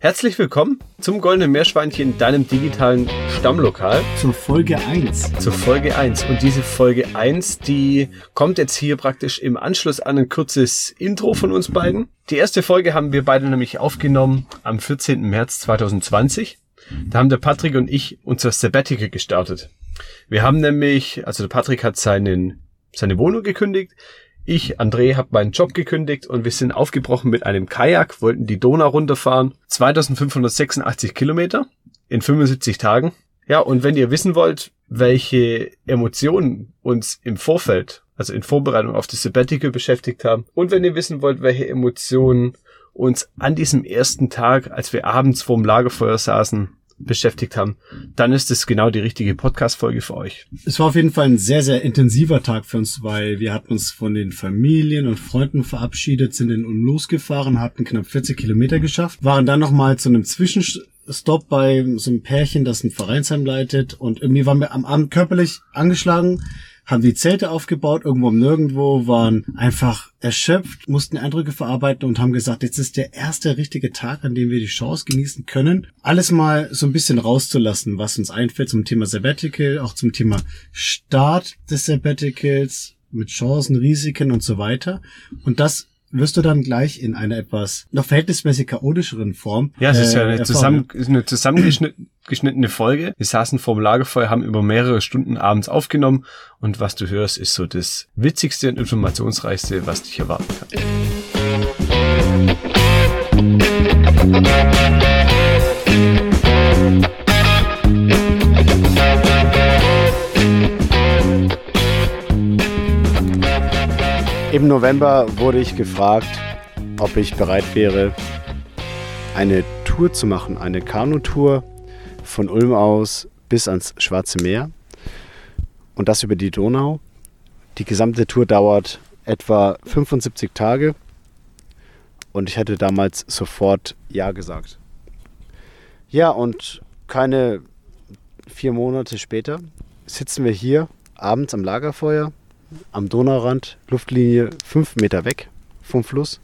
Herzlich willkommen zum Goldenen Meerschweinchen, deinem digitalen Stammlokal. Zur Folge 1. Zur Folge 1. Und diese Folge 1, die kommt jetzt hier praktisch im Anschluss an ein kurzes Intro von uns beiden. Die erste Folge haben wir beide nämlich aufgenommen am 14. März 2020. Da haben der Patrick und ich unser Sabbatical gestartet. Wir haben nämlich, also der Patrick hat seine Wohnung gekündigt. Ich, André, habe meinen Job gekündigt und wir sind aufgebrochen mit einem Kajak, wollten die Donau runterfahren. 2586 Kilometer in 75 Tagen. Ja, und wenn ihr wissen wollt, welche Emotionen uns im Vorfeld, also in Vorbereitung auf das Sabbatical beschäftigt haben, und wenn ihr wissen wollt, welche Emotionen uns an diesem ersten Tag, als wir abends vorm Lagerfeuer saßen, beschäftigt haben, dann ist es genau die richtige Podcast-Folge für euch. Es war auf jeden Fall ein sehr, sehr intensiver Tag für uns, weil wir hatten uns von den Familien und Freunden verabschiedet, sind in Ulm losgefahren, hatten knapp 40 Kilometer geschafft, waren dann nochmal zu einem Zwischenstopp bei so einem Pärchen, das ein Vereinsheim leitet, und irgendwie waren wir am Abend körperlich angeschlagen, haben die Zelte aufgebaut, irgendwo im Nirgendwo, waren einfach erschöpft, mussten Eindrücke verarbeiten und haben gesagt, jetzt ist der erste richtige Tag, an dem wir die Chance genießen können, alles mal so ein bisschen rauszulassen, was uns einfällt zum Thema Sabbatical, auch zum Thema Start des Sabbaticals, mit Chancen, Risiken und so weiter. Und das wirst du dann gleich in einer etwas noch verhältnismäßig chaotischeren Form. Ja, es ist ja eine zusammengeschnittene Folge. Wir saßen vorm Lagerfeuer, haben über mehrere Stunden abends aufgenommen, und was du hörst, ist so das Witzigste und Informationsreichste, was dich erwarten kann. Im November wurde ich gefragt, ob ich bereit wäre, eine Tour zu machen, eine Kanutour von Ulm aus bis ans Schwarze Meer, und das über die Donau. Die gesamte Tour dauert etwa 75 Tage und ich hätte damals sofort Ja gesagt. Ja, und keine 4 Monate später sitzen wir hier abends am Lagerfeuer, am Donaurand, Luftlinie 5 Meter weg vom Fluss,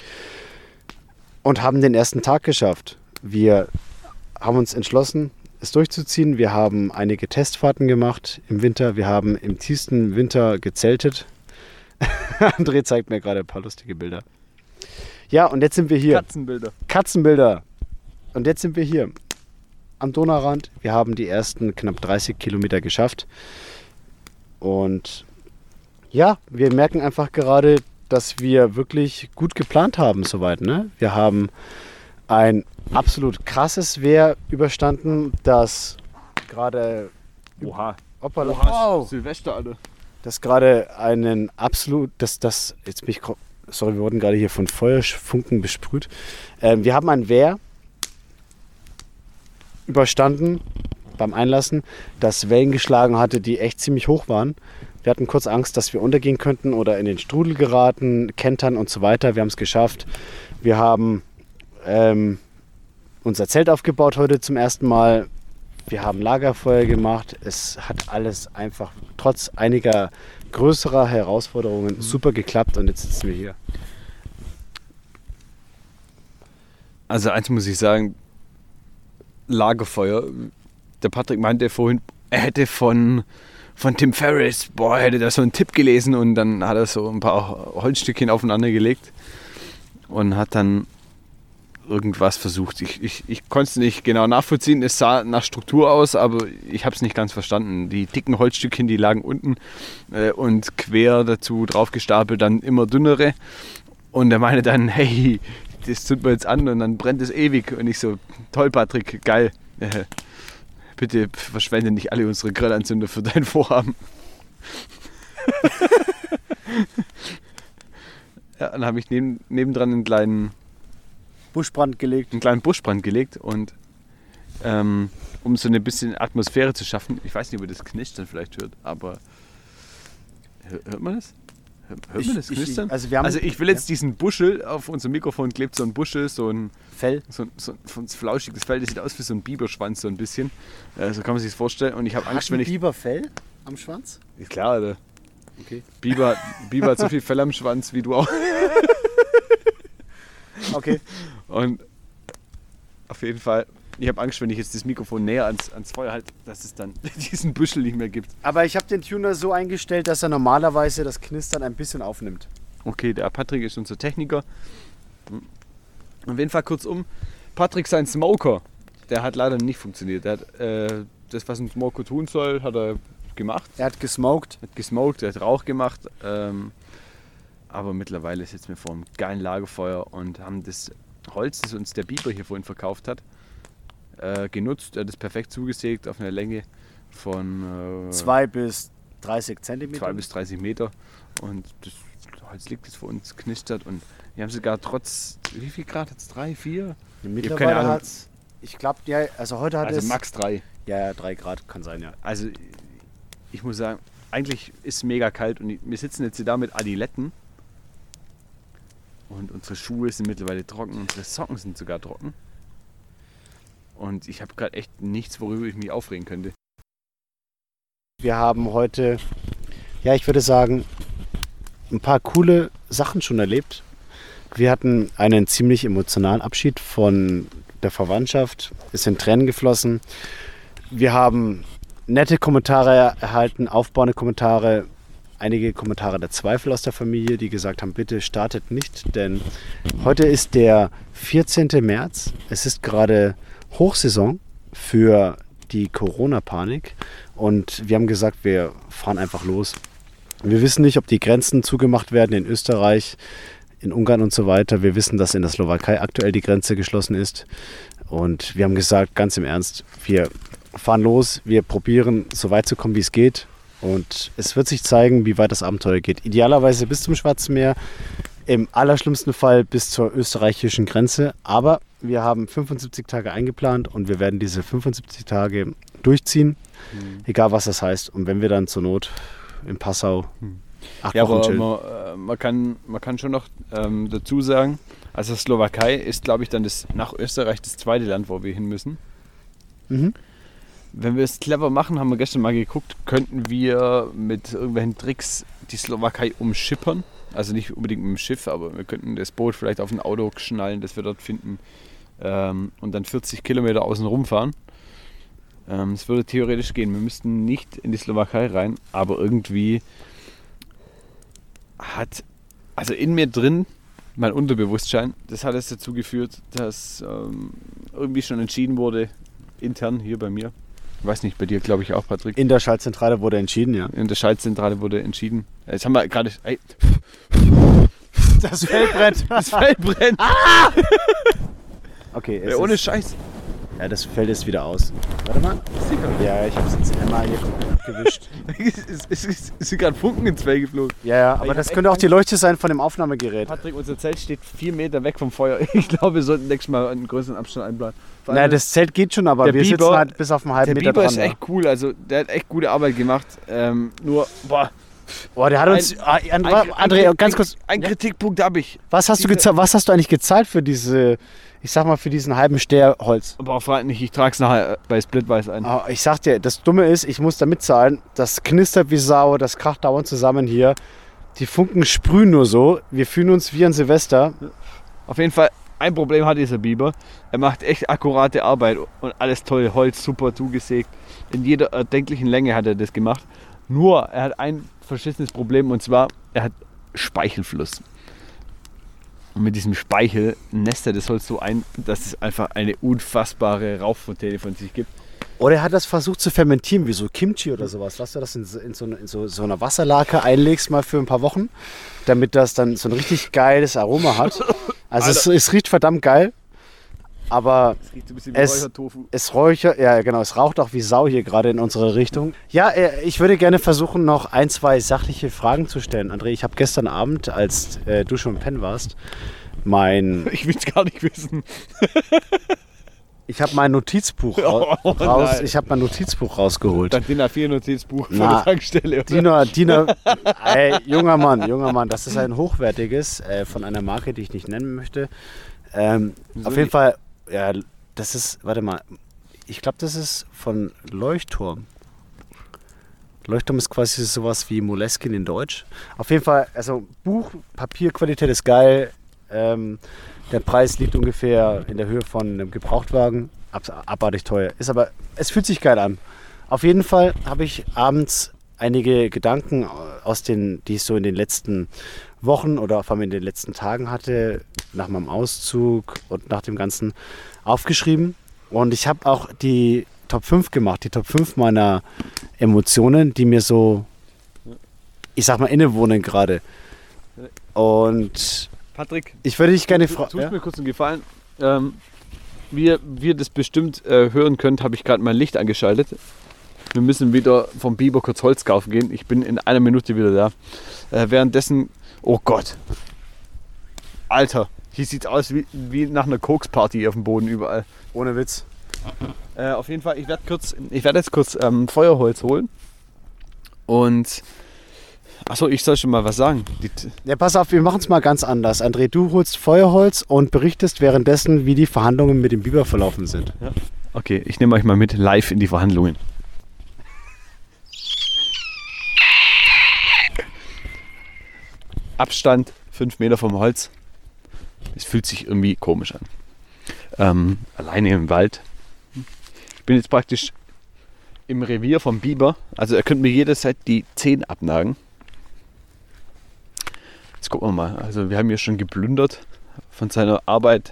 und haben den ersten Tag geschafft. Wir haben uns entschlossen, es durchzuziehen. Wir haben einige Testfahrten gemacht im Winter. Wir haben im tiefsten Winter gezeltet. André zeigt mir gerade ein paar lustige Bilder. Ja, und jetzt sind wir hier. Katzenbilder. Und jetzt sind wir hier am Donaurand. Wir haben die ersten knapp 30 Kilometer geschafft. Und ja, wir merken einfach gerade, dass wir wirklich gut geplant haben soweit, ne? Wir haben ein absolut krasses Wehr überstanden, das gerade... Silvester, alle. Das gerade einen absolut... Jetzt bin ich... Sorry, wir wurden gerade hier von Feuerfunken besprüht. Wir haben ein Wehr überstanden beim Einlassen, das Wellen geschlagen hatte, die echt ziemlich hoch waren. Wir hatten kurz Angst, dass wir untergehen könnten oder in den Strudel geraten, kentern und so weiter. Wir haben es geschafft. Wir haben unser Zelt aufgebaut heute zum ersten Mal. Wir haben Lagerfeuer gemacht. Es hat alles einfach trotz einiger größerer Herausforderungen super geklappt, und jetzt sitzen wir hier. Also eins muss ich sagen, Lagerfeuer. Der Patrick meinte vorhin, er hätte von Tim Ferriss, hätte da so einen Tipp gelesen, und dann hat er so ein paar Holzstückchen aufeinander gelegt und hat dann irgendwas versucht. Ich konnte es nicht genau nachvollziehen, es sah nach Struktur aus, aber ich habe es nicht ganz verstanden. Die dicken Holzstückchen, die lagen unten und quer dazu drauf gestapelt dann immer dünnere, und er meinte dann, hey, das zündet man jetzt an und dann brennt es ewig, und ich so, toll Patrick, geil. Bitte verschwende nicht alle unsere Grillanzünder für dein Vorhaben. Ja, dann habe ich nebendran einen kleinen Buschbrand gelegt. Und um so eine bisschen Atmosphäre zu schaffen, ich weiß nicht, ob ihr das Knistern vielleicht hört, aber hört man das? Hört man das Knistern? Also ich will jetzt diesen Buschel, auf unserem Mikrofon klebt so ein Buschel, so ein Fell. So ein flauschiges Fell, das sieht aus wie so ein Biberschwanz, so ein bisschen. So kann man sich das vorstellen. Und ich habe Angst, wenn ich... Biberfell am Schwanz? Ist klar, Alter. Okay. Biber hat so viel Fell am Schwanz wie du auch. Okay. Und Auf jeden Fall. Ich habe Angst, wenn ich jetzt das Mikrofon näher ans Feuer halte, dass es dann diesen Büschel nicht mehr gibt. Aber ich habe den Tuner so eingestellt, dass er normalerweise das Knistern ein bisschen aufnimmt. Okay, der Patrick ist unser Techniker. Auf jeden Fall kurzum, Patrick sein Smoker, der hat leider nicht funktioniert. Der hat das, was ein Smoker tun soll, hat er gemacht. Er hat gesmoked. Er hat Rauch gemacht. Aber mittlerweile sitzen wir vor einem geilen Lagerfeuer und haben das Holz, das uns der Biber hier vorhin verkauft hat, genutzt. Er hat es perfekt zugesägt auf einer Länge von 2 bis 30 Zentimeter. 2 bis 30 Meter. Und das Holz liegt jetzt vor uns, knistert. Und wir haben sogar trotz, wie viel Grad hat es? 3, 4? Mittlerweile hat es, ich glaube, ja, also heute hat es... Also max 3. Ja, 3 Grad kann sein, ja. Also ich muss sagen, eigentlich ist es mega kalt und wir sitzen jetzt hier da mit Adiletten. Und unsere Schuhe sind mittlerweile trocken, unsere Socken sind sogar trocken. Und ich habe gerade echt nichts, worüber ich mich aufregen könnte. Wir haben heute, ja, ich würde sagen, ein paar coole Sachen schon erlebt. Wir hatten einen ziemlich emotionalen Abschied von der Verwandtschaft. Es sind Tränen geflossen. Wir haben nette Kommentare erhalten, aufbauende Kommentare. Einige Kommentare der Zweifel aus der Familie, die gesagt haben, bitte startet nicht, denn heute ist der 14. März. Es ist gerade Hochsaison für die Corona-Panik und wir haben gesagt, wir fahren einfach los. Wir wissen nicht, ob die Grenzen zugemacht werden in Österreich, in Ungarn und so weiter. Wir wissen, dass in der Slowakei aktuell die Grenze geschlossen ist und wir haben gesagt, ganz im Ernst, wir fahren los, wir probieren so weit zu kommen, wie es geht. Und es wird sich zeigen, wie weit das Abenteuer geht. Idealerweise bis zum Schwarzen Meer, im allerschlimmsten Fall bis zur österreichischen Grenze. Aber wir haben 75 Tage eingeplant und wir werden diese 75 Tage durchziehen, egal was das heißt. Und wenn wir dann zur Not in Passau 8 Wochen chillen. Man kann schon noch dazu sagen, also Slowakei ist, glaube ich, dann nach Österreich das zweite Land, wo wir hin müssen. Mhm. Wenn wir es clever machen, haben wir gestern mal geguckt, könnten wir mit irgendwelchen Tricks die Slowakei umschippern. Also nicht unbedingt mit dem Schiff, aber wir könnten das Boot vielleicht auf ein Auto schnallen, das wir dort finden, und dann 40 Kilometer außen rumfahren. Das würde theoretisch gehen. Wir müssten nicht in die Slowakei rein, aber irgendwie hat, also in mir drin, mein Unterbewusstsein, das hat es dazu geführt, dass irgendwie schon entschieden wurde, intern hier bei mir. Ich weiß nicht, bei dir glaube ich auch, Patrick. In der Schaltzentrale wurde entschieden, ja. In der Schaltzentrale wurde entschieden. Jetzt haben wir gerade... Das Feld brennt. Das Feld brennt. Ah! Okay, es ohne ist, Scheiß. Ja, das Feld ist wieder aus. Warte mal. Ja, ich habe es jetzt einmal hier komplett abgewischt. Es sind gerade Funken ins Feld geflogen. Ja, aber das könnte auch die Leuchte sein von dem Aufnahmegerät. Patrick, unser Zelt steht 4 Meter weg vom Feuer. Ich glaube, wir sollten nächstes Mal einen größeren Abstand einplanen. Nein, das Zelt geht schon, aber wir sitzen halt bis auf einen halben Meter dran. Der dran. Biber ist echt cool, also der hat echt gute Arbeit gemacht. Nur, boah, der hat uns... André, ganz kurz. Ein Kritikpunkt habe ich. Was hast du eigentlich gezahlt für diese... Ich sag mal, für diesen halben Ster Holz. Aber frag nicht, ich trage es nachher bei Splitwise ein. Oh, ich sag dir, das Dumme ist, ich muss da mitzahlen. Das knistert wie Sau, das kracht dauernd zusammen hier. Die Funken sprühen nur so. Wir fühlen uns wie an Silvester. Auf jeden Fall, ein Problem hat dieser Biber. Er macht echt akkurate Arbeit und alles toll. Holz super zugesägt. In jeder erdenklichen Länge hat er das gemacht. Nur, er hat ein verschissenes Problem und zwar, er hat Speichelfluss. Und mit diesem Speichel nässt er das Holz so ein, dass es einfach eine unfassbare Rauchfontäne von sich gibt. Oder er hat das versucht zu fermentieren, wie so Kimchi oder sowas. Dass du das in so einer Wasserlake einlegst mal für ein paar Wochen, damit das dann so ein richtig geiles Aroma hat. Also es riecht verdammt geil, aber es riecht ein bisschen wie Räuchertofu. Es raucht auch wie Sau hier gerade in unsere Richtung. Ja, ich würde gerne versuchen, noch 1, 2 sachliche Fragen zu stellen. André, ich habe gestern Abend, als du schon pennen warst, Ich will es gar nicht wissen. Ich habe mein Notizbuch rausgeholt. Dein DIN A4 Notizbuch von der Tankstelle. Junger Mann, das ist ein hochwertiges von einer Marke, die ich nicht nennen möchte. Auf jeden Fall, ja, das ist, warte mal, ich glaube, das ist von Leuchtturm. Leuchtturm ist quasi sowas wie Moleskine in Deutsch. Auf jeden Fall, also Buch, Papierqualität ist geil. Der Preis liegt ungefähr in der Höhe von einem Gebrauchtwagen. Abartig teuer. Ist aber, es fühlt sich geil an. Auf jeden Fall habe ich abends einige Gedanken die ich so in den letzten Wochen oder vor allem in den letzten Tagen hatte, nach meinem Auszug und nach dem Ganzen aufgeschrieben. Und ich habe auch die Top 5 gemacht, die Top 5 meiner Emotionen, die mir so, ich sag mal, innewohnen gerade. Und Patrick, ich würde dich gerne fragen. Tut mir kurz einen Gefallen. Wie ihr das bestimmt hören könnt, habe ich gerade mein Licht angeschaltet. Wir müssen wieder vom Biber kurz Holz kaufen gehen. Ich bin in einer Minute wieder da. Währenddessen, oh Gott. Alter, hier sieht es aus wie nach einer Koksparty auf dem Boden überall. Ohne Witz. Auf jeden Fall, ich werde jetzt kurz Feuerholz holen. Und, achso, ich soll schon mal was sagen. Ja, pass auf, wir machen es mal ganz anders. André, du holst Feuerholz und berichtest währenddessen, wie die Verhandlungen mit dem Biber verlaufen sind. Ja. Okay, ich nehme euch mal mit live in die Verhandlungen. Abstand 5 Meter vom Holz. Es fühlt sich irgendwie komisch an. Alleine im Wald. Ich bin jetzt praktisch im Revier vom Biber. Also er könnte mir jederzeit die Zehen abnagen. Jetzt gucken wir mal. Also wir haben hier schon geplündert von seiner Arbeit.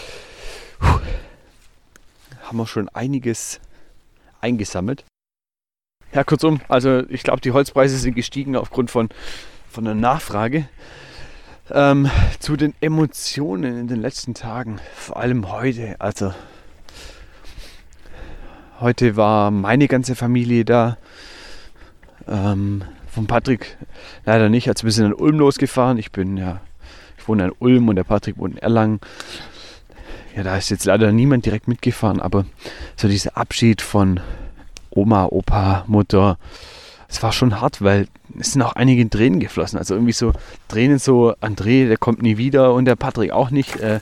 Haben wir schon einiges eingesammelt. Ja, kurzum, also ich glaube, die Holzpreise sind gestiegen aufgrund von der Nachfrage. Zu den Emotionen in den letzten Tagen, vor allem heute. Also heute war meine ganze Familie da. Von Patrick leider nicht. Also wir sind in Ulm losgefahren. Ich wohne in Ulm und der Patrick wohnt in Erlangen. Ja, da ist jetzt leider niemand direkt mitgefahren, aber so dieser Abschied von Oma, Opa, Mutter, es war schon hart, weil es sind auch einige Tränen geflossen. Also irgendwie so Tränen, so André, der kommt nie wieder und der Patrick auch nicht. Kann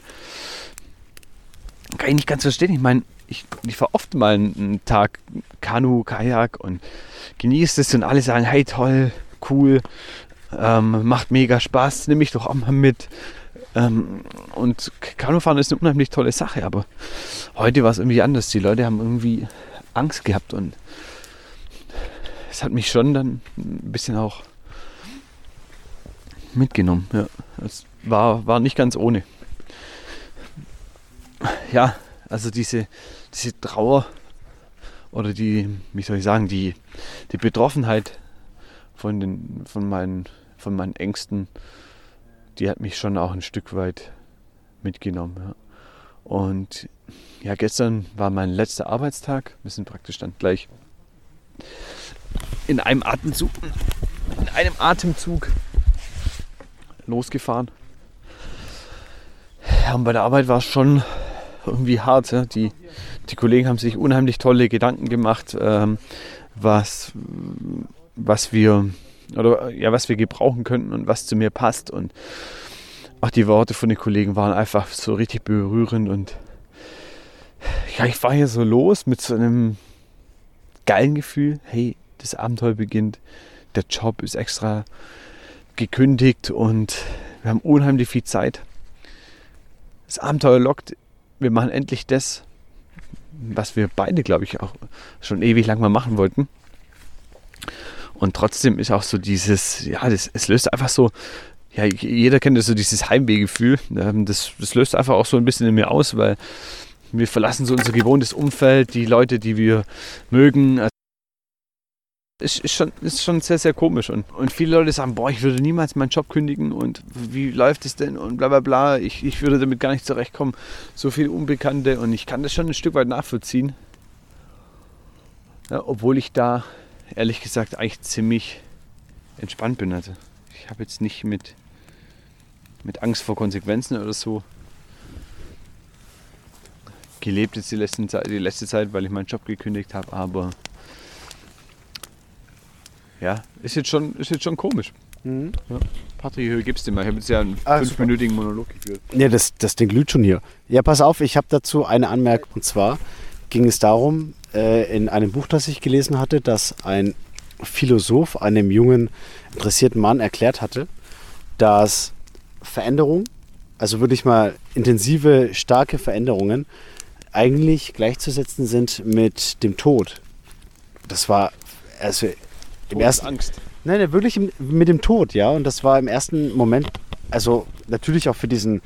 ich nicht ganz verstehen. Ich meine, ich fahre oft mal einen Tag Kanu, Kajak und genieße es und alle sagen, hey toll, cool, macht mega Spaß, nimm mich doch auch mal mit. Und Kanufahren ist eine unheimlich tolle Sache, aber heute war es irgendwie anders. Die Leute haben irgendwie Angst gehabt und es hat mich schon dann ein bisschen auch mitgenommen. Ja, es war nicht ganz ohne. Ja, also diese Trauer oder die Betroffenheit von meinen Ängsten, die hat mich schon auch ein Stück weit mitgenommen. Ja. Und ja, gestern war mein letzter Arbeitstag. Wir sind praktisch dann gleich in einem Atemzug losgefahren. Ja, und bei der Arbeit war es schon irgendwie hart. Ja. Die Kollegen haben sich unheimlich tolle Gedanken gemacht, was wir gebrauchen könnten und was zu mir passt. Und auch die Worte von den Kollegen waren einfach so richtig berührend. Und ja, ich war hier so los mit so einem geilen Gefühl. Hey, das Abenteuer beginnt. Der Job ist extra gekündigt und wir haben unheimlich viel Zeit. Das Abenteuer lockt. Wir machen endlich das, was wir beide, glaube ich, auch schon ewig lang mal machen wollten. Und trotzdem ist auch so es löst einfach so, ja, jeder kennt das so, dieses Heimwehgefühl. Das löst einfach auch so ein bisschen in mir aus, weil wir verlassen so unser gewohntes Umfeld, die Leute, die wir mögen. Also ist schon sehr, sehr komisch. Und viele Leute sagen, boah, ich würde niemals meinen Job kündigen und wie läuft es denn und bla bla bla. Ich würde damit gar nicht zurechtkommen. So viel Unbekannte und ich kann das schon ein Stück weit nachvollziehen. Ja, obwohl ich da ehrlich gesagt eigentlich ziemlich entspannt bin. Also ich habe jetzt nicht mit Angst vor Konsequenzen oder so gelebt jetzt die letzte Zeit, weil ich meinen Job gekündigt habe, aber ja, ist jetzt schon komisch. Mhm. Ja. Patrick, gibst du mal. Ich habe jetzt ja einen 5-minütigen Monolog geführt. Ja, das Ding glüht schon hier. Ja, pass auf, ich habe dazu eine Anmerkung. Und zwar ging es darum, in einem Buch, das ich gelesen hatte, dass ein Philosoph einem jungen, interessierten Mann erklärt hatte, dass Veränderung also wirklich mal intensive, starke Veränderungen, eigentlich gleichzusetzen sind mit dem Tod. Das war also im ersten Angst. Nein, wirklich mit dem Tod, ja. Und das war im ersten Moment, also natürlich auch für diesen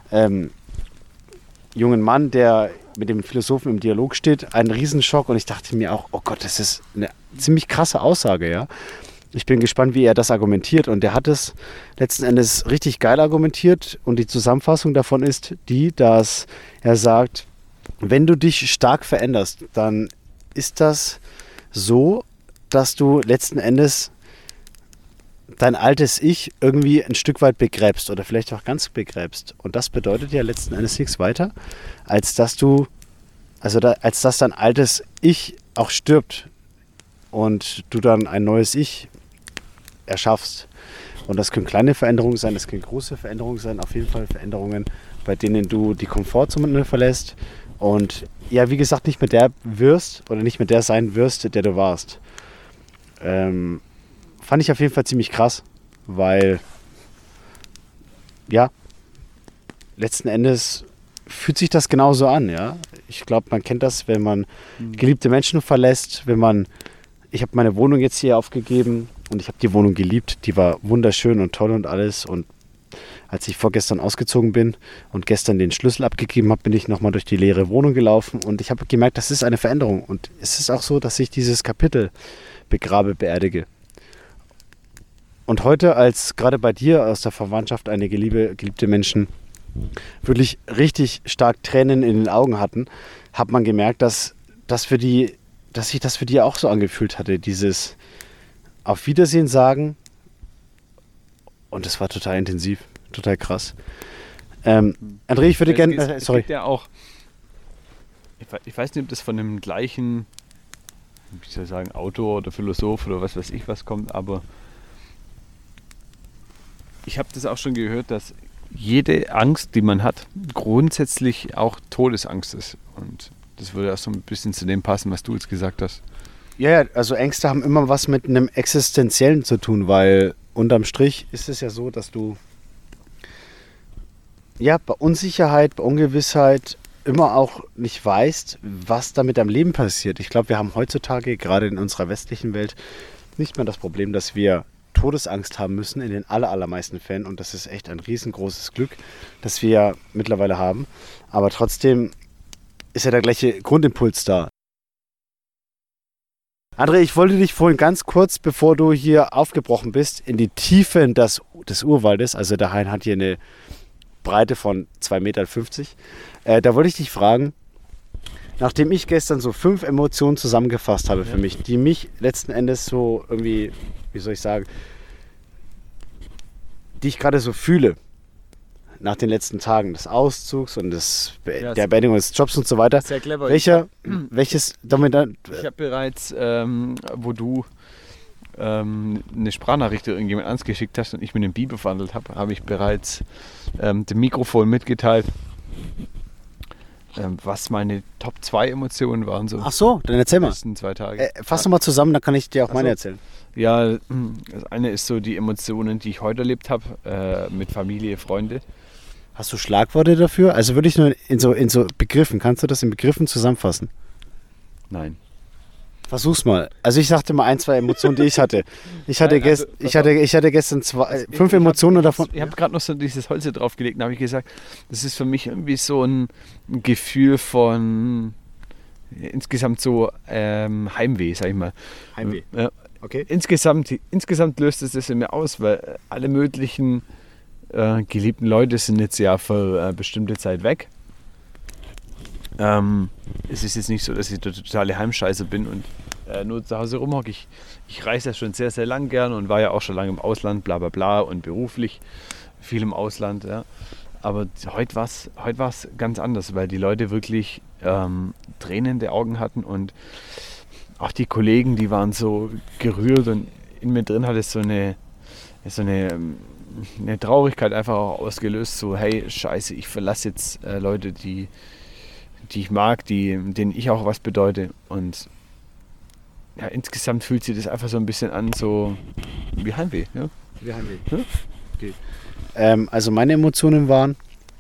jungen Mann, der mit dem Philosophen im Dialog steht, ein Riesenschock. Und ich dachte mir auch, oh Gott, das ist eine ziemlich krasse Aussage, ja. Ich bin gespannt, wie er das argumentiert. Und er hat es letzten Endes richtig geil argumentiert. Und die Zusammenfassung davon ist die, dass er sagt, wenn du dich stark veränderst, dann ist das so, dass du letzten Endes dein altes Ich irgendwie ein Stück weit begräbst oder vielleicht auch ganz begräbst. Und das bedeutet ja letzten Endes nichts weiter, als dass als dass dein altes Ich auch stirbt und du dann ein neues Ich erschaffst. Und das können kleine Veränderungen sein, das können große Veränderungen sein, auf jeden Fall Veränderungen, bei denen du die Komfortzone verlässt und ja, wie gesagt, nicht mehr der wirst oder nicht mehr der sein wirst, der du warst. Fand ich auf jeden Fall ziemlich krass, weil ja, letzten Endes fühlt sich das genauso an, ja. Ich glaube, man kennt das, wenn man geliebte Menschen verlässt, ich habe meine Wohnung jetzt hier aufgegeben und ich habe die Wohnung geliebt, die war wunderschön und toll und alles und als ich vorgestern ausgezogen bin und gestern den Schlüssel abgegeben habe, bin ich nochmal durch die leere Wohnung gelaufen und ich habe gemerkt, das ist eine Veränderung und es ist auch so, dass ich dieses Kapitel beerdige. Und heute, als gerade bei dir aus der Verwandtschaft einige geliebte Menschen wirklich richtig stark Tränen in den Augen hatten, hat man gemerkt, dass sich das für die auch so angefühlt hatte, dieses Auf Wiedersehen sagen. Und das war total intensiv, total krass. André, ich würde gerne... Es gibt ja auch, ich weiß nicht, ob das von dem gleichen, wie soll ich sagen, Autor oder Philosoph oder was weiß ich was kommt, aber ich habe das auch schon gehört, dass jede Angst, die man hat, grundsätzlich auch Todesangst ist. Und das würde auch so ein bisschen zu dem passen, was du jetzt gesagt hast. Ja, also Ängste haben immer was mit einem Existenziellen zu tun, weil unterm Strich ist es ja so, dass du ja bei Unsicherheit, bei Ungewissheit immer auch nicht weißt, was da mit deinem Leben passiert. Ich glaube, wir haben heutzutage, gerade in unserer westlichen Welt, nicht mehr das Problem, dass wir Todesangst haben müssen, in den allermeisten Fällen. Und das ist echt ein riesengroßes Glück, das wir mittlerweile haben. Aber trotzdem ist ja der gleiche Grundimpuls da. André, ich wollte dich vorhin ganz kurz, bevor du hier aufgebrochen bist, in die Tiefen des Urwaldes, also der Hain hat hier eine Breite von 2,50 Meter, da wollte ich dich fragen, nachdem ich gestern so 5 Emotionen zusammengefasst habe für mich, die mich letzten Endes so irgendwie, wie soll ich sagen, die ich gerade so fühle, nach den letzten Tagen des Auszugs und der Beendigung des Jobs und so weiter. Sehr clever. Welches Dominant? Ich habe bereits, wo du eine Sprachnachricht irgendjemand angeschickt hast und ich mit dem Biber verhandelt habe, habe ich bereits dem Mikrofon mitgeteilt, was meine Top 2 Emotionen waren. So Ach so, dann erzähl mal. Die letzten 2 Tage. Fass doch mal zusammen, dann kann ich dir auch meine erzählen. Ja, das eine ist so die Emotionen, die ich heute erlebt habe, mit Familie, Freunde. Hast du Schlagworte dafür? Also würde ich nur in so Begriffen, kannst du das in Begriffen zusammenfassen? Nein. Versuch's mal. Also ich sagte mal 1, 2 Emotionen, die ich hatte. Ich hatte gestern 5 Emotionen davon. Ich habe gerade noch so dieses Holz hier draufgelegt und habe ich gesagt, das ist für mich irgendwie so ein Gefühl von insgesamt so Heimweh, sag ich mal. Heimweh. Ja. Okay. Insgesamt löst es das in mir aus, weil alle möglichen geliebten Leute sind jetzt ja für bestimmte Zeit weg. Es ist jetzt nicht so, dass ich der totale Heimscheißer bin und nur zu Hause rumhocke. Ich reise ja schon sehr, sehr lang gern und war ja auch schon lange im Ausland, bla bla bla und beruflich viel im Ausland. Ja. Aber heute war's ganz anders, weil die Leute wirklich Tränen in den Augen hatten und auch die Kollegen, die waren so gerührt und in mir drin hat es so eine Traurigkeit einfach auch ausgelöst, so hey, scheiße, ich verlasse jetzt Leute, die ich mag, denen ich auch was bedeute und ja, insgesamt fühlt sich das einfach so ein bisschen an, so wie Heimweh. Ja? Wie Heimweh. Ja? Okay. Also meine Emotionen waren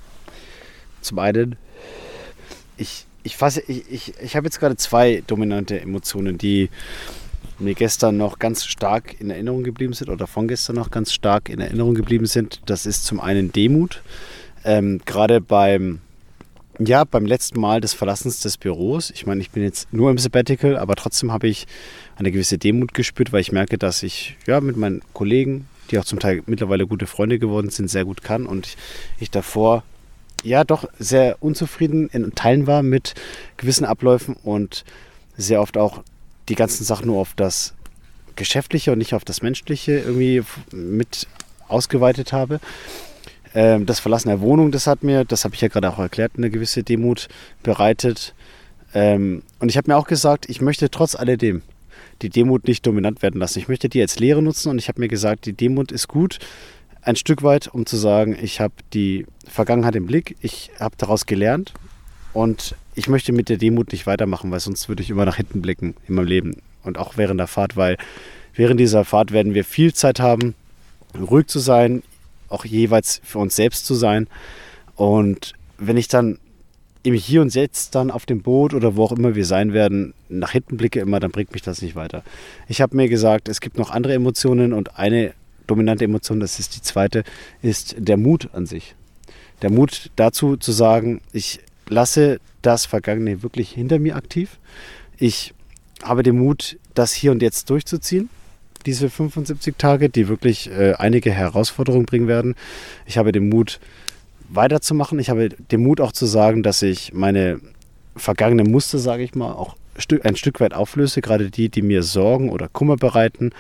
zum einen, ich habe jetzt gerade 2 dominante Emotionen, die mir gestern noch ganz stark in Erinnerung geblieben sind oder von gestern noch ganz stark in Erinnerung geblieben sind. Das ist zum einen Demut. Gerade beim letzten Mal des Verlassens des Büros. Ich meine, ich bin jetzt nur im Sabbatical, aber trotzdem habe ich eine gewisse Demut gespürt, weil ich merke, dass ich mit meinen Kollegen, die auch zum Teil mittlerweile gute Freunde geworden sind, sehr gut kann und ich davor doch sehr unzufrieden in Teilen war mit gewissen Abläufen und sehr oft auch die ganzen Sachen nur auf das Geschäftliche und nicht auf das Menschliche irgendwie mit ausgeweitet habe. Das Verlassen der Wohnung, das habe ich ja gerade auch erklärt, eine gewisse Demut bereitet. Und ich habe mir auch gesagt, ich möchte trotz alledem die Demut nicht dominant werden lassen. Ich möchte die als Lehre nutzen und ich habe mir gesagt, die Demut ist gut, ein Stück weit, um zu sagen, ich habe die Vergangenheit im Blick, ich habe daraus gelernt und ich möchte mit der Demut nicht weitermachen, weil sonst würde ich immer nach hinten blicken in meinem Leben und auch während der Fahrt, weil während dieser Fahrt werden wir viel Zeit haben, ruhig zu sein, auch jeweils für uns selbst zu sein. Und wenn ich dann im Hier und Jetzt dann auf dem Boot oder wo auch immer wir sein werden, nach hinten blicke immer, dann bringt mich das nicht weiter. Ich habe mir gesagt, es gibt noch andere Emotionen und eine dominante Emotion, das ist die zweite, ist der Mut an sich. Der Mut dazu zu sagen, ich lasse das Vergangene wirklich hinter mir aktiv. Ich habe den Mut, das hier und jetzt durchzuziehen. Diese 75 Tage, die wirklich einige Herausforderungen bringen werden. Ich habe den Mut, weiterzumachen. Ich habe den Mut auch zu sagen, dass ich meine vergangenen Muster, sage ich mal, auch ein Stück weit auflöse. Gerade die mir Sorgen oder Kummer bereiten.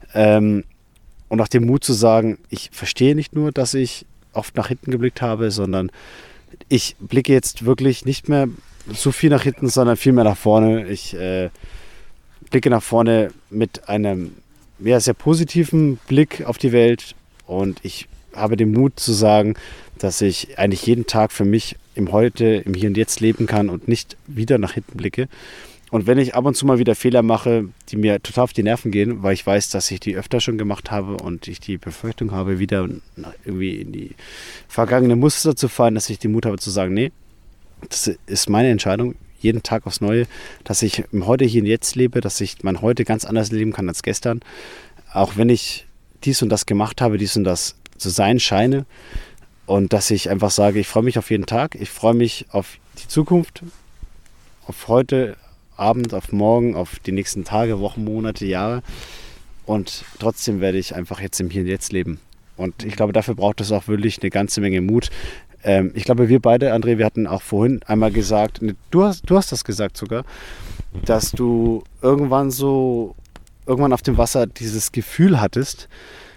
Und auch den Mut zu sagen, ich verstehe nicht nur, dass ich oft nach hinten geblickt habe, sondern ich blicke jetzt wirklich nicht mehr so viel nach hinten, sondern viel mehr nach vorne. Ich blicke nach vorne mit einem sehr positiven Blick auf die Welt und ich habe den Mut zu sagen, dass ich eigentlich jeden Tag für mich im Heute, im Hier und Jetzt leben kann und nicht wieder nach hinten blicke. Und wenn ich ab und zu mal wieder Fehler mache, die mir total auf die Nerven gehen, weil ich weiß, dass ich die öfter schon gemacht habe und ich die Befürchtung habe, wieder irgendwie in die vergangenen Muster zu fallen, dass ich den Mut habe zu sagen, nee, das ist meine Entscheidung, jeden Tag aufs Neue, dass ich im Heute, Hier und Jetzt lebe, dass ich mein Heute ganz anders leben kann als gestern. Auch wenn ich dies und das gemacht habe, dies und das zu sein scheine. Und dass ich einfach sage, ich freue mich auf jeden Tag, ich freue mich auf die Zukunft, auf heute Abend, auf morgen, auf die nächsten Tage, Wochen, Monate, Jahre. Und trotzdem werde ich einfach jetzt im Hier und Jetzt leben. Und ich glaube, dafür braucht es auch wirklich eine ganze Menge Mut. Ich glaube, wir beide, André, wir hatten auch vorhin einmal gesagt, du hast das gesagt sogar, dass du irgendwann auf dem Wasser dieses Gefühl hattest,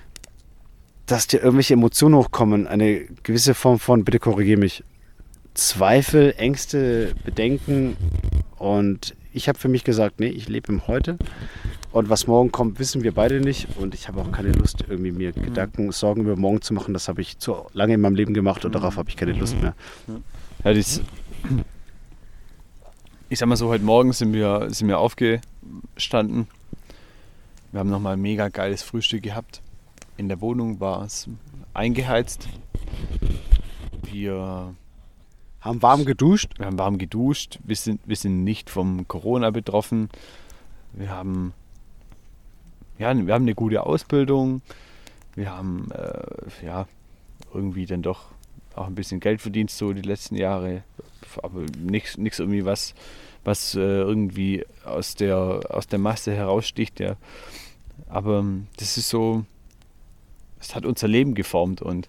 dass dir irgendwelche Emotionen hochkommen, eine gewisse Form von, bitte korrigiere mich, Zweifel, Ängste, Bedenken. Und ich habe für mich gesagt, nee, ich lebe im Heute. Und was morgen kommt, wissen wir beide nicht. Und ich habe auch keine Lust, irgendwie mir Gedanken, Sorgen über morgen zu machen. Das habe ich zu lange in meinem Leben gemacht und darauf habe ich keine Lust mehr. Ja, ich sag mal so, heute Morgen sind wir aufgestanden. Wir haben nochmal ein mega geiles Frühstück gehabt. In der Wohnung war es eingeheizt. Wir haben warm geduscht. Wir sind nicht vom Corona betroffen. Wir haben eine gute Ausbildung. Wir haben irgendwie dann doch auch ein bisschen Geld verdient so die letzten Jahre. Aber nichts irgendwie was irgendwie aus der Masse heraussticht. Ja. Aber das ist so, es hat unser Leben geformt und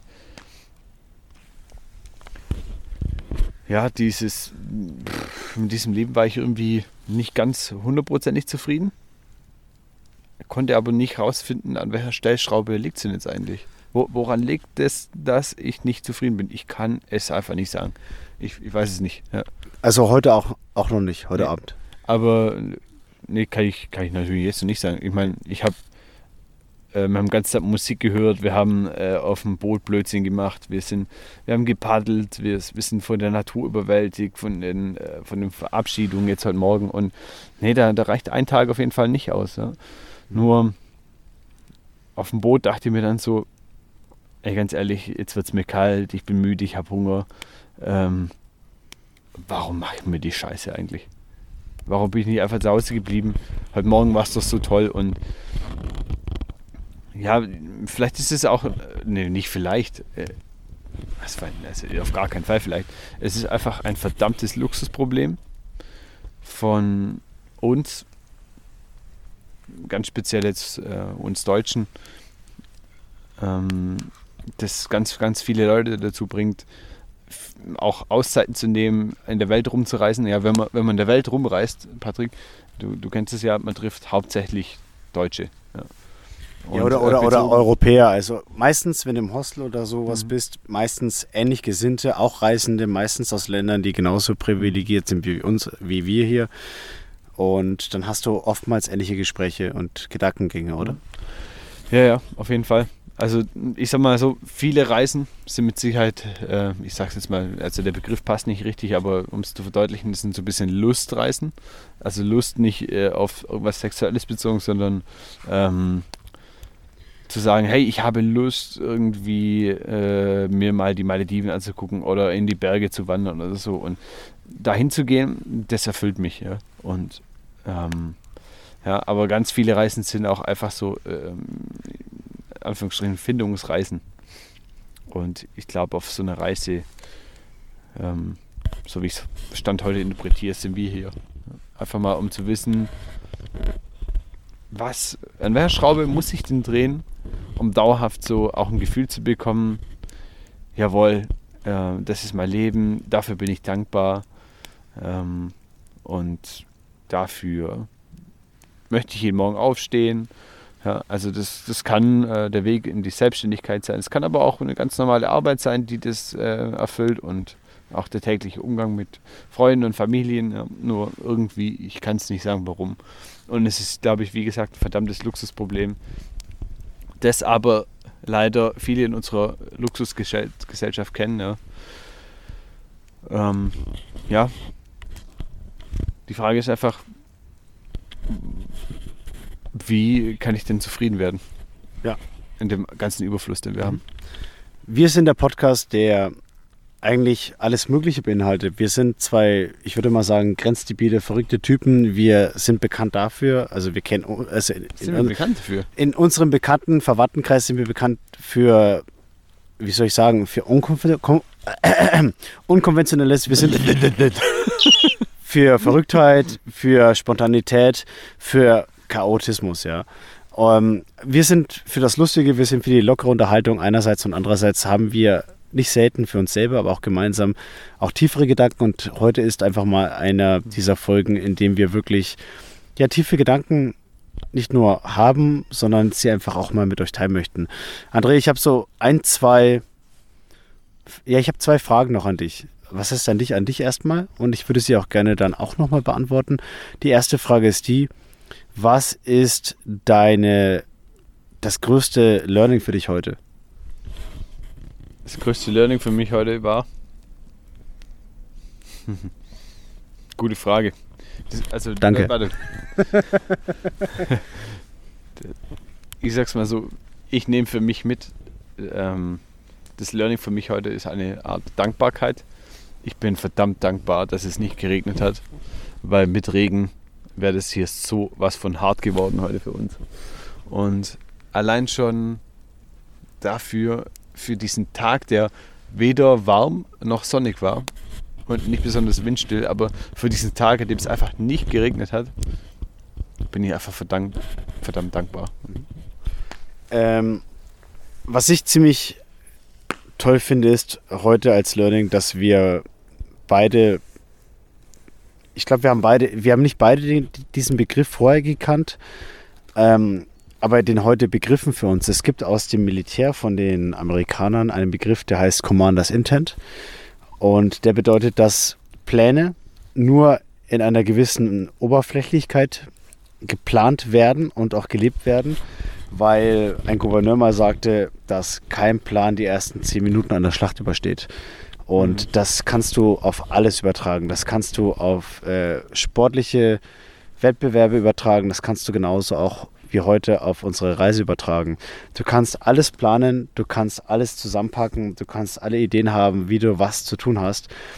ja, mit diesem Leben war ich irgendwie nicht ganz 100% zufrieden. Konnte aber nicht rausfinden, an welcher Stellschraube liegt es denn jetzt eigentlich. Woran liegt es, dass ich nicht zufrieden bin? Ich kann es einfach nicht sagen. Ich weiß es nicht. Ja. Also heute auch noch nicht, heute Abend. Aber nee, kann ich natürlich jetzt noch nicht sagen. Ich meine, wir haben ganz Zeit Musik gehört, wir haben auf dem Boot Blödsinn gemacht, wir haben gepaddelt, wir sind von der Natur überwältigt, von den Verabschiedungen jetzt heute Morgen. Und nee, da reicht ein Tag auf jeden Fall nicht aus. Ja. Nur auf dem Boot dachte ich mir dann so, ey, ganz ehrlich, jetzt wird es mir kalt, ich bin müde, ich habe Hunger. warum mache ich mir die Scheiße eigentlich? Warum bin ich nicht einfach zu Hause geblieben? Heute Morgen war es doch so toll und ja, vielleicht ist es auch, nee, nicht vielleicht, also auf gar keinen Fall vielleicht. Es ist einfach ein verdammtes Luxusproblem von uns, ganz speziell jetzt uns Deutschen, das ganz, ganz viele Leute dazu bringt, auch Auszeiten zu nehmen, in der Welt rumzureisen. Ja, wenn man in der Welt rumreist, Patrick, du kennst es ja, man trifft hauptsächlich Deutsche. Ja. Ja, oder Europäer. Also meistens, wenn du im Hostel oder sowas bist, meistens ähnlich Gesinnte, auch Reisende, meistens aus Ländern, die genauso privilegiert sind wie wir hier. Und dann hast du oftmals ähnliche Gespräche und Gedankengänge, oder? Ja, auf jeden Fall. Also ich sag mal so, viele Reisen sind mit Sicherheit, ich sag's jetzt mal, also der Begriff passt nicht richtig, aber um es zu verdeutlichen, das sind so ein bisschen Lustreisen. Also Lust nicht auf irgendwas Sexuelles bezogen, sondern zu sagen, hey, ich habe Lust irgendwie mir mal die Malediven anzugucken oder in die Berge zu wandern oder so. Und dahin zu gehen, das erfüllt mich. Ja. Und ja, aber ganz viele Reisen sind auch einfach so Anführungsstrichen Findungsreisen. Und ich glaube, auf so einer Reise, so wie ich es Stand heute interpretiere, sind wir hier. Einfach mal, um zu wissen, an welcher Schraube muss ich denn drehen, um dauerhaft so auch ein Gefühl zu bekommen, jawohl, das ist mein Leben, dafür bin ich dankbar und dafür möchte ich jeden Morgen aufstehen. Ja, also das kann der Weg in die Selbstständigkeit sein. Es kann aber auch eine ganz normale Arbeit sein, die das erfüllt und auch der tägliche Umgang mit Freunden und Familien. Ja, nur irgendwie, ich kann es nicht sagen, warum. Und es ist, glaube ich, wie gesagt, ein verdammtes Luxusproblem, das aber leider viele in unserer Luxusgesellschaft kennen. Ja. Ja, die Frage ist einfach, wie kann ich denn zufrieden werden? Ja. In dem ganzen Überfluss, den wir haben. Wir sind der Podcast, der eigentlich alles Mögliche beinhaltet. Wir sind zwei, ich würde mal sagen, grenzdebile, verrückte Typen. Wir sind bekannt dafür, also wir kennen, also in unserem bekannten Verwandtenkreis sind wir bekannt für, wie soll ich sagen, für unkonventionelles, wir sind für Verrücktheit, für Spontanität, für Chaotismus, ja. Wir sind für das Lustige, wir sind für die lockere Unterhaltung einerseits und andererseits haben wir nicht selten für uns selber, aber auch gemeinsam auch tiefere Gedanken und heute ist einfach mal einer dieser Folgen, in dem wir wirklich ja tiefe Gedanken nicht nur haben, sondern sie einfach auch mal mit euch teilen möchten. André, ich habe so zwei Fragen noch an dich. Was ist an dich erstmal? Und ich würde sie auch gerne dann auch nochmal beantworten. Die erste Frage ist die, was ist das größte Learning für dich heute? Das größte Learning für mich heute war... Gute Frage. Danke. Warte. Ich sag's mal so, ich nehme für mich mit, das Learning für mich heute ist eine Art Dankbarkeit. Ich bin verdammt dankbar, dass es nicht geregnet hat, weil mit Regen wäre das hier so was von hart geworden heute für uns. Und allein schon dafür, für diesen Tag, der weder warm noch sonnig war und nicht besonders windstill, aber für diesen Tag, an dem es einfach nicht geregnet hat, bin ich einfach verdammt dankbar. Was ich ziemlich toll finde, ist heute als Learning, dass wir beide, ich glaube, wir haben nicht beide diesen Begriff vorher gekannt, aber den heute begriffen für uns. Es gibt aus dem Militär von den Amerikanern einen Begriff, der heißt Commander's Intent. Und der bedeutet, dass Pläne nur in einer gewissen Oberflächlichkeit geplant werden und auch gelebt werden, weil ein Gouverneur mal sagte, dass kein Plan die ersten 10 Minuten einer Schlacht übersteht. Und das kannst du auf alles übertragen. Das kannst du auf sportliche Wettbewerbe übertragen. Das kannst du genauso auch wie heute auf unsere Reise übertragen. Du kannst alles planen, du kannst alles zusammenpacken, du kannst alle Ideen haben, wie du was zu tun hast.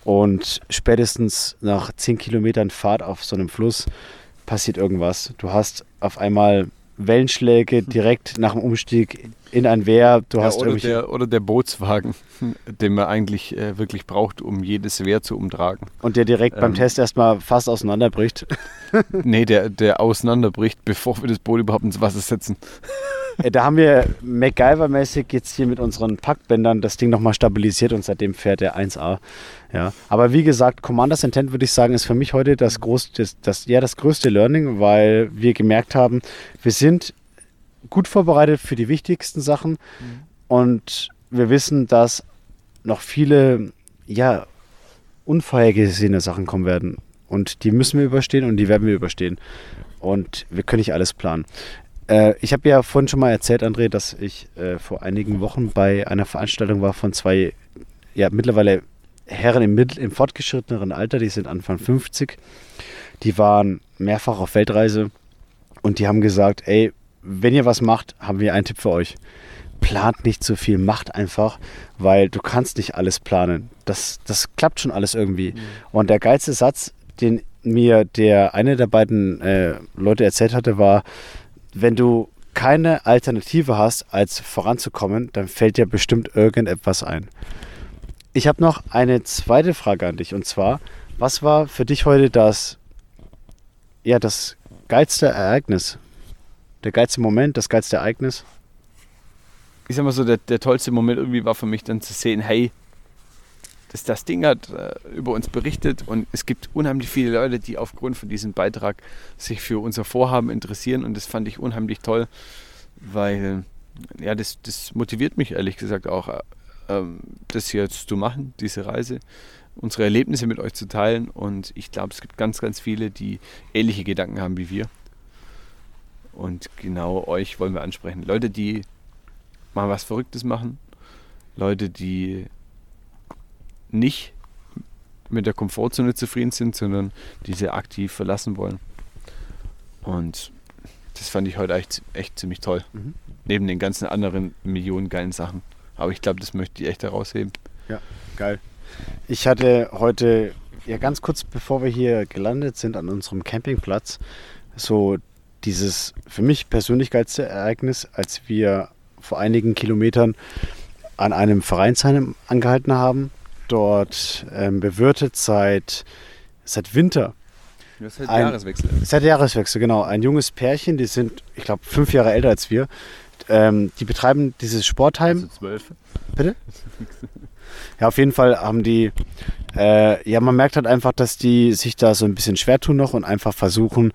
Und spätestens nach 10 Kilometern Fahrt auf so einem Fluss passiert irgendwas. Du hast auf einmal Wellenschläge direkt nach dem Umstieg in ein Wehr. Du hast oder der Bootswagen, den man eigentlich wirklich braucht, um jedes Wehr zu umtragen. Und der direkt beim Test erstmal fast auseinanderbricht. Nee, der auseinanderbricht, bevor wir das Boot überhaupt ins Wasser setzen. Da haben wir MacGyver-mäßig jetzt hier mit unseren Packbändern das Ding nochmal stabilisiert und seitdem fährt der 1A. Ja. Aber wie gesagt, Commander's Intent, würde ich sagen, ist für mich heute das größte Learning, weil wir gemerkt haben, wir sind gut vorbereitet für die wichtigsten Sachen und wir wissen, dass noch viele unvorhergesehene Sachen kommen werden und die müssen wir überstehen und die werden wir überstehen und wir können nicht alles planen. Ich habe ja vorhin schon mal erzählt, André, dass ich vor einigen Wochen bei einer Veranstaltung war von zwei mittlerweile Herren im fortgeschritteneren Alter, die sind Anfang 50. Die waren mehrfach auf Weltreise und die haben gesagt, ey, wenn ihr was macht, haben wir einen Tipp für euch. Plant nicht zu viel, macht einfach, weil du kannst nicht alles planen. Das klappt schon alles irgendwie. Und der geilste Satz, den mir eine der beiden Leute erzählt hatte, war, wenn du keine Alternative hast, als voranzukommen, dann fällt dir bestimmt irgendetwas ein. Ich habe noch eine zweite Frage an dich und zwar, was war für dich heute das geilste Ereignis? Der geilste Moment, das geilste Ereignis? Ich sag mal so, der tollste Moment irgendwie war für mich dann zu sehen, hey, das Ding hat über uns berichtet und es gibt unheimlich viele Leute, die aufgrund von diesem Beitrag sich für unser Vorhaben interessieren und das fand ich unheimlich toll, weil das motiviert mich ehrlich gesagt auch, das hier jetzt zu machen, diese Reise, unsere Erlebnisse mit euch zu teilen und ich glaube, es gibt ganz, ganz viele, die ähnliche Gedanken haben wie wir und genau euch wollen wir ansprechen. Leute, die mal was Verrücktes machen, Leute, die nicht mit der Komfortzone zufrieden sind, sondern die sie aktiv verlassen wollen. Und das fand ich heute echt ziemlich toll. Neben den ganzen anderen Millionen geilen Sachen. Aber ich glaube, das möchte ich echt herausheben. Ja, geil. Ich hatte heute, ganz kurz bevor wir hier gelandet sind an unserem Campingplatz, so dieses für mich persönlich geilste Ereignis, als wir vor einigen Kilometern an einem Vereinsheim angehalten haben. Dort bewirtet seit Winter. Seit Jahreswechsel. Seit Jahreswechsel, genau. Ein junges Pärchen, die sind, ich glaube, 5 Jahre älter als wir. Die betreiben dieses Sportheim. Also 12. Bitte? Ja, auf jeden Fall haben die, man merkt halt einfach, dass die sich da so ein bisschen schwer tun noch und einfach versuchen,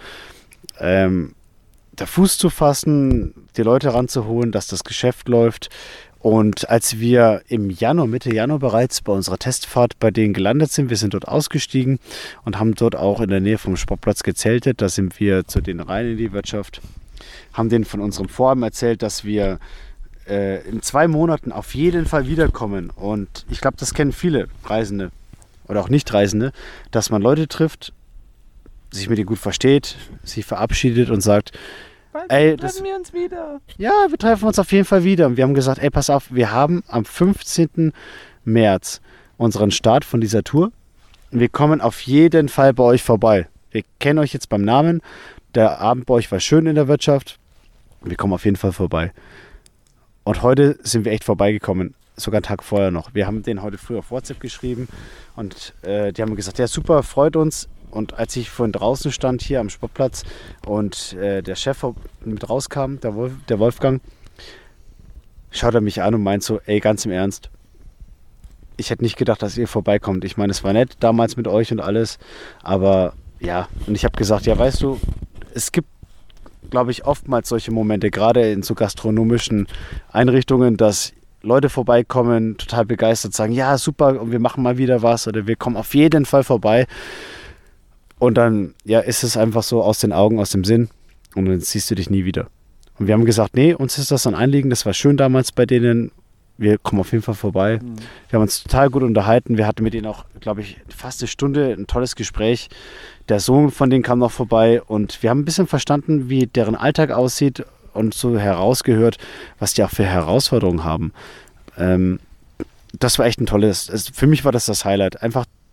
da Fuß zu fassen, die Leute ranzuholen, dass das Geschäft läuft. Und als wir Mitte Januar bereits bei unserer Testfahrt bei denen gelandet sind, wir sind dort ausgestiegen und haben dort auch in der Nähe vom Sportplatz gezeltet. Da sind wir zu denen rein in die Wirtschaft, haben denen von unserem Vorhaben erzählt, dass wir in 2 Monaten auf jeden Fall wiederkommen. Und ich glaube, das kennen viele Reisende oder auch Nicht-Reisende, dass man Leute trifft, sich mit denen gut versteht, sich verabschiedet und sagt, treffen wir uns wieder. Ja, wir treffen uns auf jeden Fall wieder. Und wir haben gesagt, pass auf, wir haben am 15. März unseren Start von dieser Tour. Wir kommen auf jeden Fall bei euch vorbei. Wir kennen euch jetzt beim Namen. Der Abend bei euch war schön in der Wirtschaft. Wir kommen auf jeden Fall vorbei. Und heute sind wir echt vorbeigekommen. Sogar einen Tag vorher noch. Wir haben denen heute früh auf WhatsApp geschrieben. Und die haben gesagt, ja super, freut uns. Und als ich vorhin draußen stand, hier am Sportplatz und der Chef mit rauskam, der Wolfgang, schaut er mich an und meint so, ganz im Ernst, ich hätte nicht gedacht, dass ihr vorbeikommt. Ich meine, es war nett damals mit euch und alles, aber ja, und ich habe gesagt, ja, weißt du, es gibt, glaube ich, oftmals solche Momente, gerade in so gastronomischen Einrichtungen, dass Leute vorbeikommen, total begeistert, sagen, ja, super, und wir machen mal wieder was oder wir kommen auf jeden Fall vorbei. Und dann ist es einfach so aus den Augen, aus dem Sinn und dann siehst du dich nie wieder. Und wir haben gesagt, nee, uns ist das ein Anliegen, das war schön damals bei denen, wir kommen auf jeden Fall vorbei. Wir haben uns total gut unterhalten, wir hatten mit denen auch, glaube ich, fast eine Stunde ein tolles Gespräch. Der Sohn von denen kam noch vorbei und wir haben ein bisschen verstanden, wie deren Alltag aussieht und so herausgehört, was die auch für Herausforderungen haben. Das war echt ein tolles, für mich war das Highlight, einfach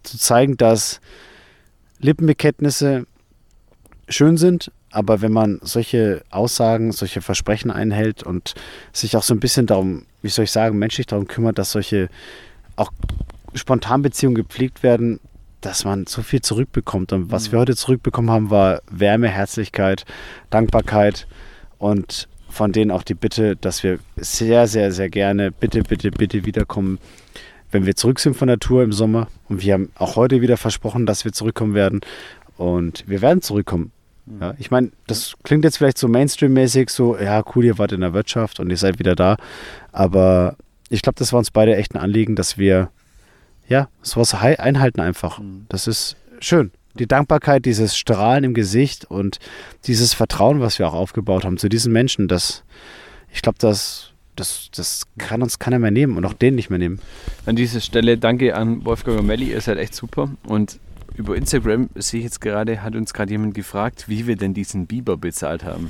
zu zeigen, dass Lippenbekenntnisse schön sind, aber wenn man solche Aussagen, solche Versprechen einhält und sich auch so ein bisschen darum, wie soll ich sagen, menschlich darum kümmert, dass solche auch Spontanbeziehungen gepflegt werden, dass man so viel zurückbekommt. Und was wir heute zurückbekommen haben, war Wärme, Herzlichkeit, Dankbarkeit und von denen auch die Bitte, dass wir sehr, sehr, sehr gerne bitte wiederkommen, wenn wir zurück sind von der Tour im Sommer. Und wir haben auch heute wieder versprochen, dass wir zurückkommen werden. Und wir werden zurückkommen. Ja, ich meine, das klingt jetzt vielleicht so Mainstream-mäßig, so, ja, cool, ihr wart in der Wirtschaft und ihr seid wieder da. Aber ich glaube, das war uns beide echt ein Anliegen, dass wir, ja, sowas einhalten einfach. Das ist schön. Die Dankbarkeit, dieses Strahlen im Gesicht und dieses Vertrauen, was wir auch aufgebaut haben zu diesen Menschen, ich glaube, das kann uns keiner mehr nehmen und auch den nicht mehr nehmen. An dieser Stelle danke an Wolfgang und Melli, ihr seid echt super. Und über Instagram sehe ich jetzt gerade, hat uns gerade jemand gefragt, wie wir denn diesen Biber bezahlt haben.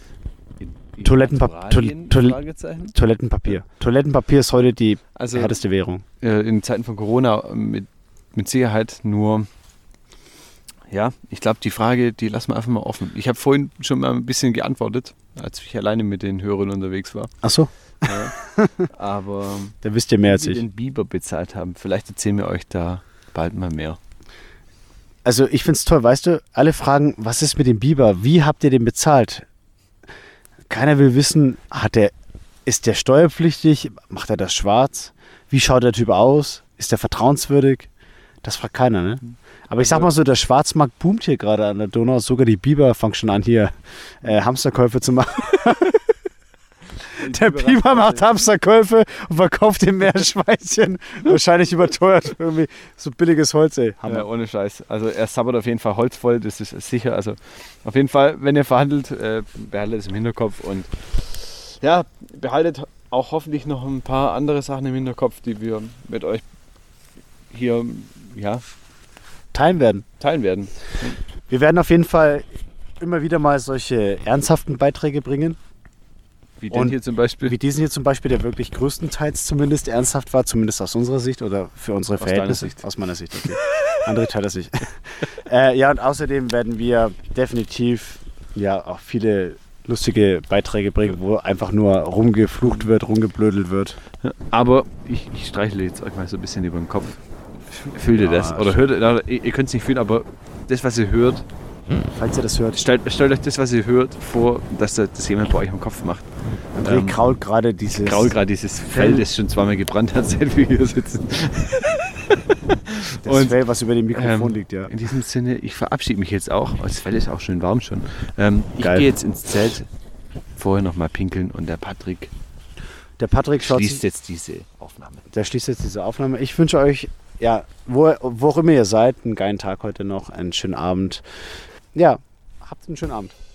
Toilettenpapier. Toilettenpapier ist heute die härteste Währung. In Zeiten von Corona mit Sicherheit nur, ja, ich glaube, die Frage, die lassen wir einfach mal offen. Ich habe vorhin schon mal ein bisschen geantwortet, als ich alleine mit den Hörern unterwegs war. Ach so. Ja, aber da wisst ihr mehr als ich. Wie wir den Biber bezahlt haben, vielleicht erzählen wir euch da bald mal mehr. Also ich finde es toll, weißt du, alle fragen, was ist mit dem Biber? Wie habt ihr den bezahlt? Keiner will wissen, ist der steuerpflichtig? Macht er das schwarz? Wie schaut der Typ aus? Ist der vertrauenswürdig? Das fragt keiner, ne? Aber ich sag mal so, der Schwarzmarkt boomt hier gerade an der Donau. Sogar die Biber fangen schon an, hier Hamsterkäufe zu machen. Der Biber macht Hamsterkäufe und verkauft den Meerschweinchen. Wahrscheinlich überteuert. Irgendwie so billiges Holz, ey. Ja, ohne Scheiß. Also er sabbert auf jeden Fall Holz voll, das ist sicher. Also auf jeden Fall, wenn ihr verhandelt, behaltet es im Hinterkopf. Und ja, behaltet auch hoffentlich noch ein paar andere Sachen im Hinterkopf, die wir mit euch hier, ja, teilen werden. Wir werden auf jeden Fall immer wieder mal solche ernsthaften Beiträge bringen. Wie den hier zum Beispiel? Wie diesen hier zum Beispiel, der wirklich größtenteils zumindest ernsthaft war, zumindest aus unserer Sicht oder für unsere Verhältnisse. Aus meiner Sicht, okay. Andere teilt das nicht. Ja, und außerdem werden wir definitiv ja auch viele lustige Beiträge bringen, wo einfach nur rumgeflucht wird, rumgeblödelt wird. Aber ich streichle jetzt euch mal so ein bisschen über den Kopf. Fühlt ihr das? Oder hört ihr könnt es nicht fühlen, aber das, was ihr hört, falls ihr das hört, stellt euch das, was ihr hört, vor, dass das jemand bei euch am Kopf macht. André krault gerade dieses Fell, das schon zweimal gebrannt hat, seit wir hier sitzen. Das Fell, was über dem Mikrofon liegt, ja. In diesem Sinne, ich verabschiede mich jetzt auch. Das Fell ist auch schön warm schon. Ich gehe jetzt ins Zelt, vorher noch mal pinkeln und der Patrick schließt jetzt diese Aufnahme. Der schließt jetzt diese Aufnahme. Ich wünsche euch, ja, wo auch immer ihr seid, einen geilen Tag heute noch, einen schönen Abend. Ja, habt einen schönen Abend.